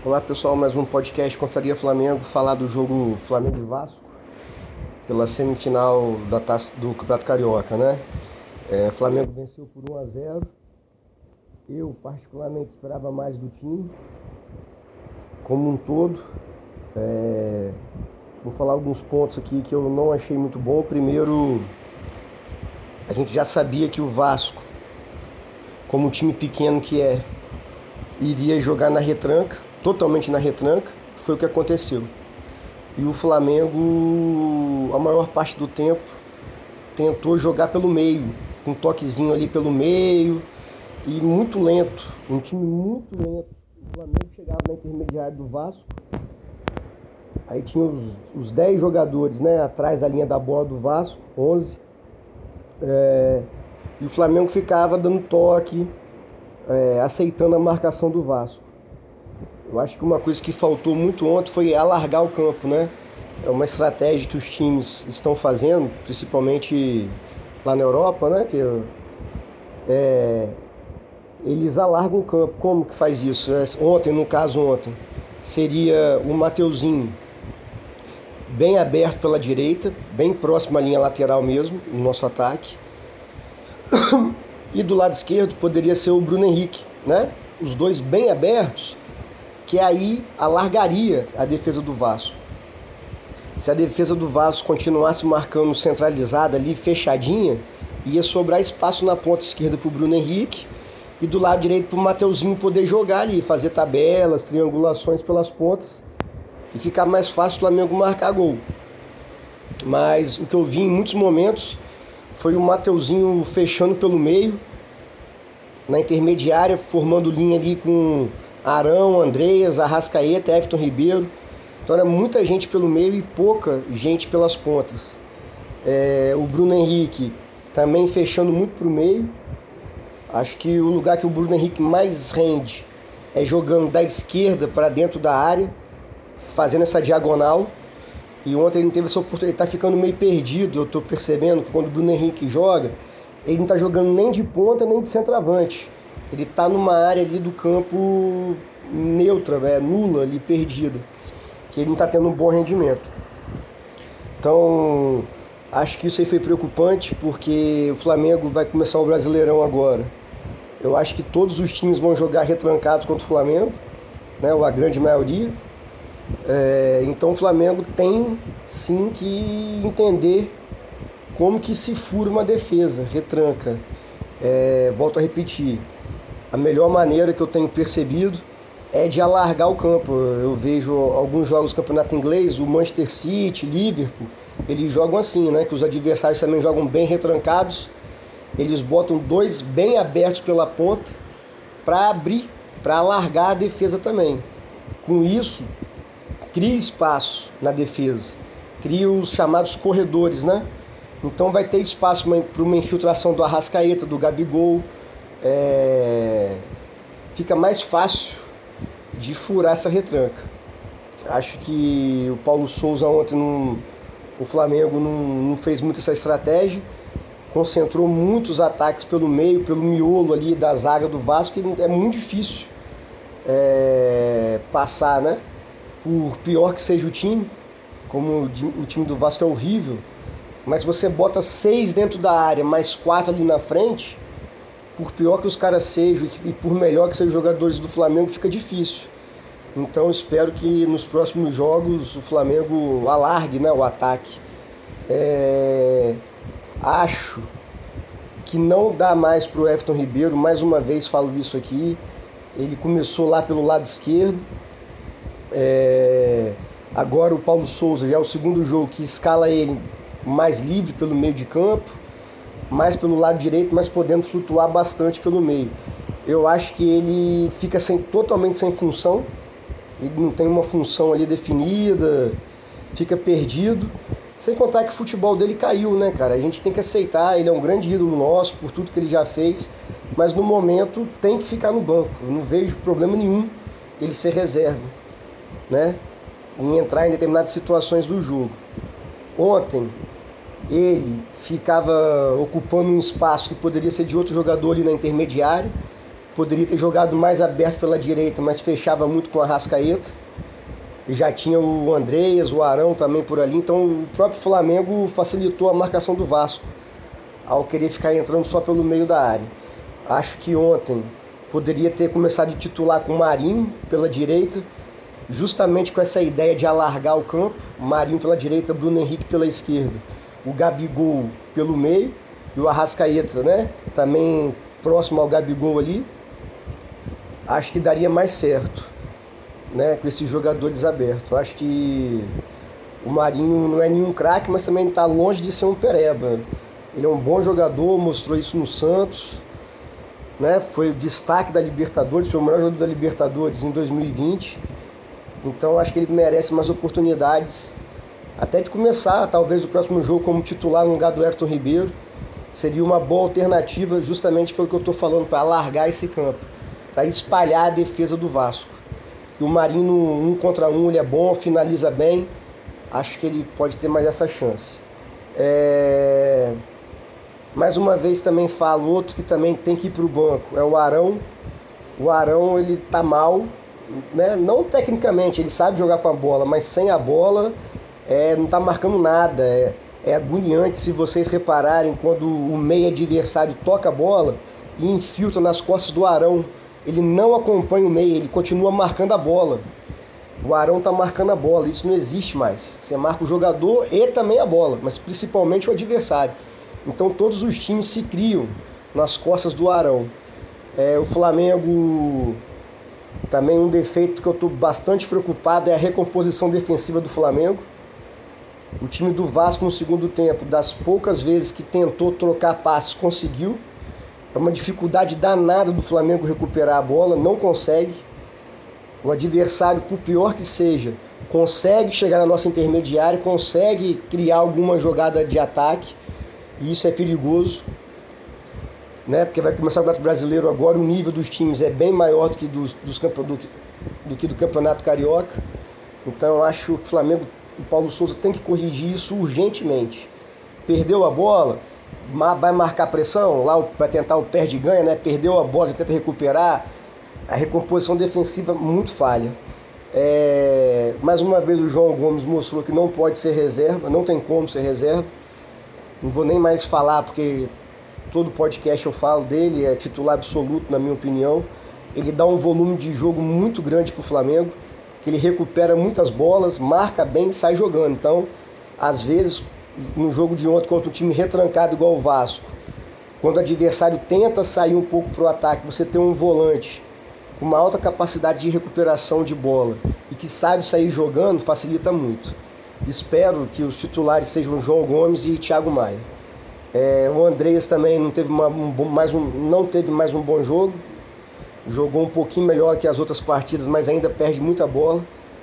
Olá pessoal, mais um podcast Confraria Flamengo, falar do jogo Flamengo e Vasco pela semifinal da taça do Campeonato Carioca, né? Flamengo venceu por 1-0. Eu particularmente esperava mais do time, como um todo. Vou falar alguns pontos aqui que eu não achei muito bom. Primeiro, a gente já sabia que o Vasco, como um time pequeno que iria jogar na retranca, totalmente na retranca. Foi o que aconteceu. E o Flamengo, a maior parte do tempo, tentou jogar pelo meio, com um toquezinho ali pelo meio, e muito lento, um time muito lento. O Flamengo chegava na intermediária do Vasco, aí tinha os 10 jogadores, né, atrás da linha da bola do Vasco, 11, e o Flamengo ficava dando toque, aceitando a marcação do Vasco. Eu acho que uma coisa que faltou muito ontem foi alargar o campo, né? É uma estratégia que os times estão fazendo, principalmente lá na Europa, né? Eles alargam o campo. Como que faz isso? Ontem, seria o Mateuzinho bem aberto pela direita, bem próximo à linha lateral mesmo, no nosso ataque. E do lado esquerdo poderia ser o Bruno Henrique, né? Os dois bem abertos, que aí alargaria a defesa do Vasco. Se a defesa do Vasco continuasse marcando centralizada ali, fechadinha, ia sobrar espaço na ponta esquerda para o Bruno Henrique e do lado direito para o Mateuzinho poder jogar ali, fazer tabelas, triangulações pelas pontas e ficar mais fácil o Flamengo marcar gol. Mas o que eu vi em muitos momentos foi o Mateuzinho fechando pelo meio, na intermediária, formando linha ali com Arão, Andreas, Arrascaeta, Everton Ribeiro. Então era muita gente pelo meio e pouca gente pelas pontas. O Bruno Henrique também fechando muito pro meio. Acho que o lugar que o Bruno Henrique mais rende é jogando da esquerda para dentro da área, fazendo essa diagonal. E ontem ele não teve essa oportunidade, ele está ficando meio perdido. Eu estou percebendo que quando o Bruno Henrique joga, ele não está jogando nem de ponta nem de centroavante. Ele está numa área ali do campo neutra, nula ali, perdida, que ele não está tendo um bom rendimento. Então, acho que isso aí foi preocupante, porque o Flamengo vai começar o Brasileirão agora. Eu acho que todos os times vão jogar retrancados contra o Flamengo, né, ou a grande maioria. Então o Flamengo tem sim que entender como que se fura uma defesa, retranca. Volto a repetir, a melhor maneira que eu tenho percebido é de alargar o campo. Eu vejo alguns jogos do campeonato inglês, o Manchester City, Liverpool, eles jogam assim, né? Que os adversários também jogam bem retrancados. Eles botam dois bem abertos pela ponta para abrir, para alargar a defesa também. Com isso, cria espaço na defesa, cria os chamados corredores, né? Então vai ter espaço para uma infiltração do Arrascaeta, do Gabigol. Fica mais fácil de furar essa retranca. Acho que o Paulo Souza ontem, o Flamengo não fez muito essa estratégia, concentrou muitos ataques pelo meio, pelo miolo ali da zaga do Vasco, que é muito difícil passar, né? Por pior que seja o time, como o time do Vasco é horrível, mas você bota 6 dentro da área, mais 4 ali na frente, por pior que os caras sejam e por melhor que sejam os jogadores do Flamengo, fica difícil. Então espero que nos próximos jogos o Flamengo alargue, né, o ataque. Acho que não dá mais para o Everton Ribeiro, mais uma vez falo isso aqui. Ele começou lá pelo lado esquerdo. Agora o Paulo Souza já é o segundo jogo que escala ele mais livre pelo meio de campo, mais pelo lado direito, mas podendo flutuar bastante pelo meio. Eu acho que ele fica totalmente sem função, ele não tem uma função ali definida, fica perdido. Sem contar que o futebol dele caiu, né, cara? A gente tem que aceitar, ele é um grande ídolo nosso por tudo que ele já fez, mas no momento tem que ficar no banco. Eu não vejo problema nenhum ele ser reserva, né, em entrar em determinadas situações do jogo. Ontem ele ficava ocupando um espaço que poderia ser de outro jogador ali na intermediária, Poderia ter jogado mais aberto pela direita, mas fechava muito com a Arrascaeta. E já tinha o Andreas, o Arão também por ali. Então o próprio Flamengo facilitou a marcação do Vasco ao querer ficar entrando só pelo meio da área. Acho que ontem poderia ter começado de titular com o Marinho pela direita, justamente com essa ideia de alargar o campo. Marinho pela direita, Bruno Henrique pela esquerda, o Gabigol pelo meio e o Arrascaeta, né, também próximo ao Gabigol ali. Acho que daria mais certo, né, com esses jogadores abertos. Acho que o Marinho não é nenhum craque, mas também está longe de ser um pereba. Ele é um bom jogador, mostrou isso no Santos, né, foi o destaque da Libertadores, foi o melhor jogador da Libertadores em 2020. Então acho que ele merece mais oportunidades, até de começar talvez o próximo jogo como titular no lugar do Everton Ribeiro. Seria uma boa alternativa, justamente pelo que eu estou falando, para alargar esse campo, para espalhar a defesa do Vasco. Que o Marinho no 1 contra 1 ele é bom, finaliza bem. Acho que ele pode ter mais essa chance. Mais uma vez também falo, outro que também tem que ir para o banco é o Arão. O Arão ele tá mal, né? Não tecnicamente, ele sabe jogar com a bola, mas sem a bola não está marcando nada. É agoniante se vocês repararem quando o meio adversário toca a bola e infiltra nas costas do Arão. Ele não acompanha o meio, ele continua marcando a bola. O Arão está marcando a bola, isso não existe mais. Você marca o jogador e também a bola, mas principalmente o adversário. Então todos os times se criam nas costas do Arão. O Flamengo, também um defeito que eu estou bastante preocupado é a recomposição defensiva do Flamengo. O time do Vasco no segundo tempo, das poucas vezes que tentou trocar passes, conseguiu. É uma dificuldade danada do Flamengo recuperar a bola, não consegue. O adversário, por pior que seja, consegue chegar na nossa intermediária, consegue criar alguma jogada de ataque, e isso é perigoso, né? Porque vai começar o Campeonato Brasileiro agora, o nível dos times é bem maior do que do Campeonato Carioca. Então eu acho que o Flamengo, o Paulo Souza tem que corrigir isso urgentemente. Perdeu a bola, vai marcar pressão, lá para tentar o perde e ganha, né? Perdeu a bola, tenta recuperar. A recomposição defensiva muito falha. Mais uma vez o João Gomes mostrou que não pode ser reserva, não tem como ser reserva. Não vou nem mais falar porque todo podcast eu falo dele, é titular absoluto na minha opinião. Ele dá um volume de jogo muito grande para o Flamengo, que ele recupera muitas bolas, marca bem e sai jogando. Então, às vezes, no jogo de ontem contra um time retrancado igual o Vasco, quando o adversário tenta sair um pouco para o ataque, você tem um volante com uma alta capacidade de recuperação de bola e que sabe sair jogando, facilita muito. Espero que os titulares sejam João Gomes e Thiago Maia. O Andreas também não teve mais um bom jogo. Jogou um pouquinho melhor que as outras partidas, mas ainda perde muita bola.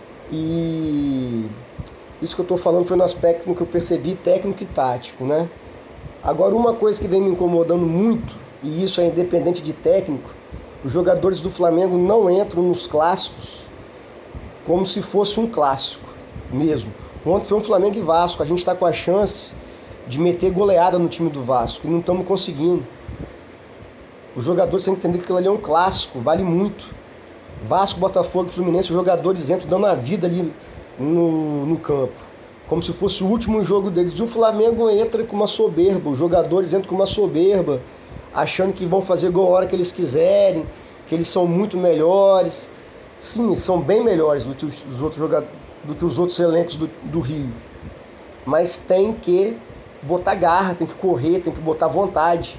E isso que eu estou falando foi no aspecto que eu percebi técnico e tático, né? Agora, uma coisa que vem me incomodando muito, e isso é independente de técnico, os jogadores do Flamengo não entram nos clássicos como se fosse um clássico mesmo. Ontem foi um Flamengo e Vasco, a gente está com a chance de meter goleada no time do Vasco e não estamos conseguindo. Os jogadores têm que entender que aquilo ali é um clássico, vale muito. Vasco, Botafogo e Fluminense, os jogadores entram dando a vida ali no campo, como se fosse o último jogo deles. E o Flamengo entra com uma soberba, os jogadores entram com uma soberba, achando que vão fazer gol a hora que eles quiserem, que eles são muito melhores. Sim, são bem melhores do que os outros elencos do Rio. Mas tem que botar garra, tem que correr, tem que botar vontade.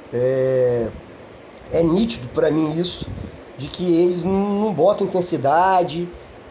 É nítido para mim isso, de que eles não botam intensidade,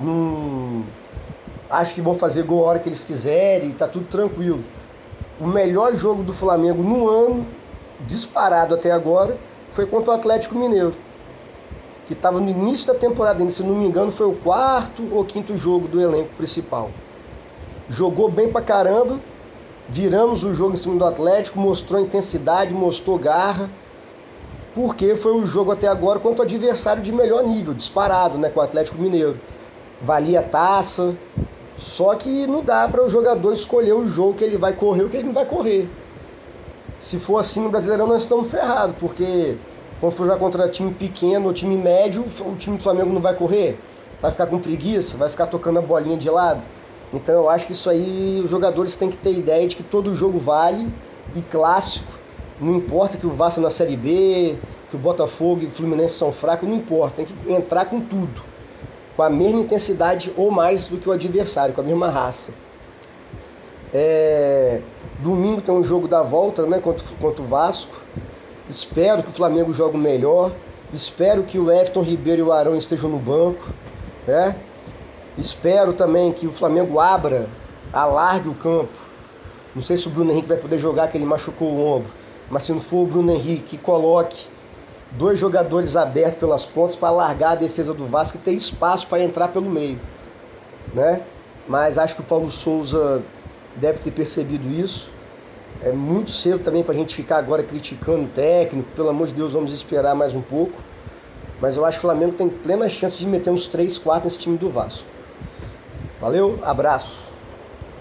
acham que vão fazer gol a hora que eles quiserem, tá tudo tranquilo. O melhor jogo do Flamengo no ano, disparado até agora, foi contra o Atlético Mineiro, que estava no início da temporada, se não me engano foi o 4º ou 5º jogo do elenco principal. Jogou bem pra caramba, viramos o jogo em cima do Atlético, mostrou intensidade, mostrou garra, porque foi o jogo até agora contra o adversário de melhor nível, disparado, né, com o Atlético Mineiro. Valia taça, só que não dá para o jogador escolher o jogo que ele vai correr ou que ele não vai correr. Se for assim no Brasileirão nós estamos ferrados, porque Quando for jogar contra time pequeno ou time médio, o time do Flamengo não vai correr? Vai ficar com preguiça? Vai ficar tocando a bolinha de lado? Então eu acho que isso aí, os jogadores têm que ter ideia de que todo jogo vale, e clássico, não importa que o Vasco é na Série B, que o Botafogo e o Fluminense são fracos, não importa, tem que entrar com tudo, com a mesma intensidade ou mais do que o adversário, com a mesma raça. Domingo tem um jogo da volta, né, contra o Vasco. Espero que o Flamengo jogue melhor, espero que o Everton Ribeiro e o Arão estejam no banco, né? Espero também que o Flamengo alargue o campo. Não sei se o Bruno Henrique vai poder jogar, que ele machucou o ombro, mas se não for o Bruno Henrique, que coloque 2 jogadores abertos pelas pontas para alargar a defesa do Vasco e ter espaço para entrar pelo meio, né? Mas acho que o Paulo Souza deve ter percebido isso. É muito cedo também para a gente ficar agora criticando o técnico. Pelo amor de Deus, vamos esperar mais um pouco. Mas eu acho que o Flamengo tem plena chance de meter uns 3, 4 nesse time do Vasco. Valeu, abraço.